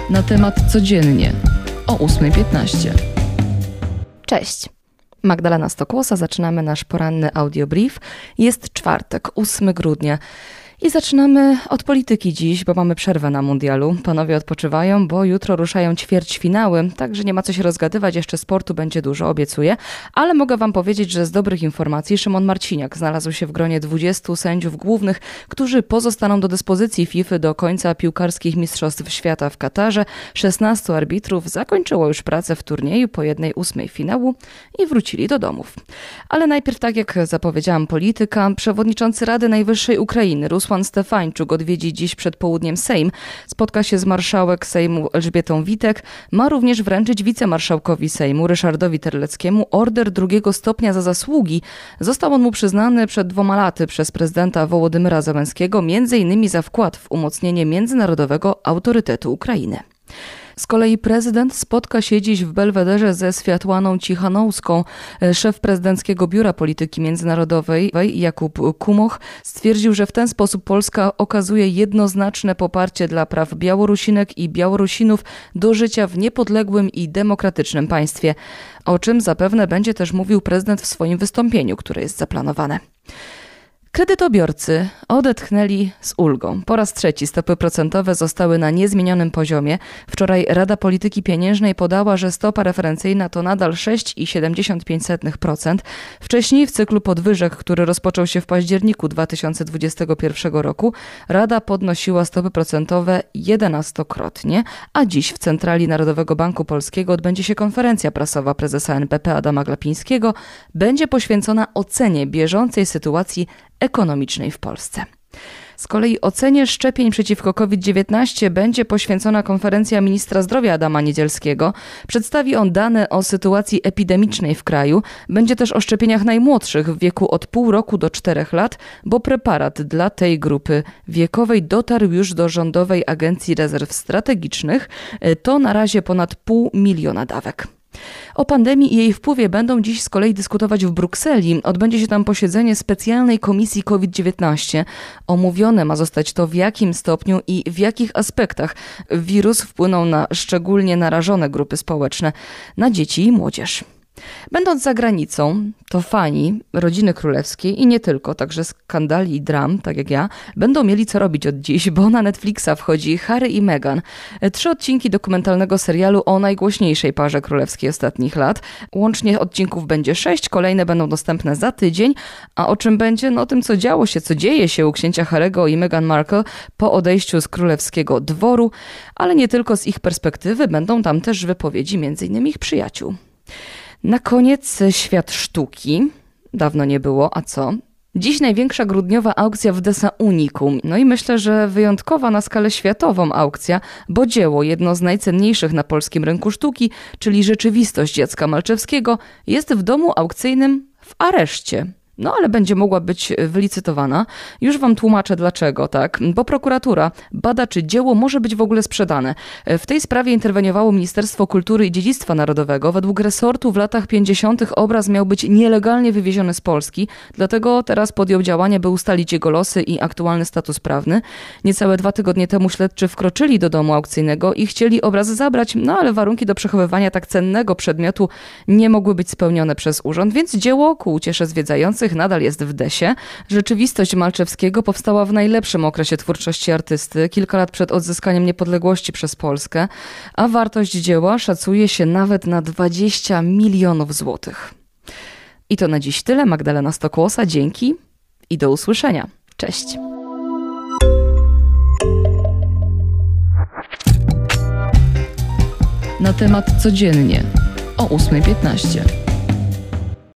Na temat codziennie o 8:15. Cześć. Magdalena Stokłosa, zaczynamy nasz poranny audiobrief. Jest czwartek, 8 grudnia. I zaczynamy od polityki dziś, bo mamy przerwę na mundialu. Panowie odpoczywają, bo jutro ruszają ćwierćfinały, także nie ma co się rozgadywać, jeszcze sportu będzie dużo, obiecuję. Ale mogę wam powiedzieć, że z dobrych informacji Szymon Marciniak znalazł się w gronie 20 sędziów głównych, którzy pozostaną do dyspozycji FIFA do końca piłkarskich mistrzostw świata w Katarze. 16 arbitrów zakończyło już pracę w turnieju po 1/8 finału i wrócili do domów. Ale najpierw, tak jak zapowiedziałam, polityka. Przewodniczący Rady Najwyższej Ukrainy, Rusłan Stefańczuk, odwiedzi dziś przed południem Sejm. Spotka się z marszałek Sejmu Elżbietą Witek. Ma również wręczyć wicemarszałkowi Sejmu Ryszardowi Terleckiemu order 2 stopnia za zasługi. Został on mu przyznany przed 2 laty przez prezydenta Wołodymyra Zełenskiego, m.in. za wkład w umocnienie międzynarodowego autorytetu Ukrainy. Z kolei prezydent spotka się dziś w Belwederze ze Światłaną Cichanouszką. Szef prezydenckiego Biura Polityki Międzynarodowej Jakub Kumoch stwierdził, że w ten sposób Polska okazuje jednoznaczne poparcie dla praw Białorusinek i Białorusinów do życia w niepodległym i demokratycznym państwie, o czym zapewne będzie też mówił prezydent w swoim wystąpieniu, które jest zaplanowane. Kredytobiorcy odetchnęli z ulgą. Po raz trzeci stopy procentowe zostały na niezmienionym poziomie. Wczoraj Rada Polityki Pieniężnej podała, że stopa referencyjna to nadal 6,75%. Wcześniej w cyklu podwyżek, który rozpoczął się w październiku 2021 roku, Rada podnosiła stopy procentowe 11-krotnie, a dziś w Centrali Narodowego Banku Polskiego odbędzie się konferencja prasowa prezesa NBP Adama Glapińskiego. Będzie poświęcona ocenie bieżącej sytuacji ekonomicznej w Polsce. Z kolei ocenie szczepień przeciwko COVID-19 będzie poświęcona konferencja ministra zdrowia Adama Niedzielskiego. Przedstawi on dane o sytuacji epidemicznej w kraju. Będzie też o szczepieniach najmłodszych w wieku od 0,5 roku do 4 lat, bo preparat dla tej grupy wiekowej dotarł już do Rządowej Agencji Rezerw Strategicznych. To na razie ponad 500 000 dawek. O pandemii i jej wpływie będą dziś z kolei dyskutować w Brukseli. Odbędzie się tam posiedzenie specjalnej komisji COVID-19. Omówione ma zostać to, w jakim stopniu i w jakich aspektach wirus wpłynął na szczególnie narażone grupy społeczne, na dzieci i młodzież. Będąc za granicą, to fani rodziny królewskiej i nie tylko, także skandali i dram, tak jak ja, będą mieli co robić od dziś, bo na Netflixa wchodzi Harry i Meghan. 3 odcinki dokumentalnego serialu o najgłośniejszej parze królewskiej ostatnich lat. Łącznie odcinków będzie 6, kolejne będą dostępne za tydzień. A o czym będzie? No o tym, co dzieje się u księcia Harry'ego i Meghan Markle po odejściu z królewskiego dworu, ale nie tylko z ich perspektywy, będą tam też wypowiedzi m.in. ich przyjaciół. Na koniec świat sztuki. Dawno nie było, a co? Dziś największa grudniowa aukcja w Desa Unicum. No i myślę, że wyjątkowa na skalę światową aukcja, bo dzieło, jedno z najcenniejszych na polskim rynku sztuki, czyli Rzeczywistość Jacka Malczewskiego, jest w domu aukcyjnym w areszcie. No ale będzie mogła być wylicytowana. Już wam tłumaczę dlaczego, tak? Bo prokuratura bada, czy dzieło może być w ogóle sprzedane. W tej sprawie interweniowało Ministerstwo Kultury i Dziedzictwa Narodowego. Według resortu w latach 50. obraz miał być nielegalnie wywieziony z Polski, dlatego teraz podjął działania, by ustalić jego losy i aktualny status prawny. Niecałe 2 tygodnie temu śledczy wkroczyli do domu aukcyjnego i chcieli obraz zabrać, no ale warunki do przechowywania tak cennego przedmiotu nie mogły być spełnione przez urząd, więc dzieło ku uciesze zwiedzających nadal jest w Desie. Rzeczywistość Malczewskiego powstała w najlepszym okresie twórczości artysty, kilka lat przed odzyskaniem niepodległości przez Polskę, a wartość dzieła szacuje się nawet na 20 milionów złotych. I to na dziś tyle. Magdalena Stokłosa, dzięki i do usłyszenia. Cześć! Na temat codziennie o 8:15.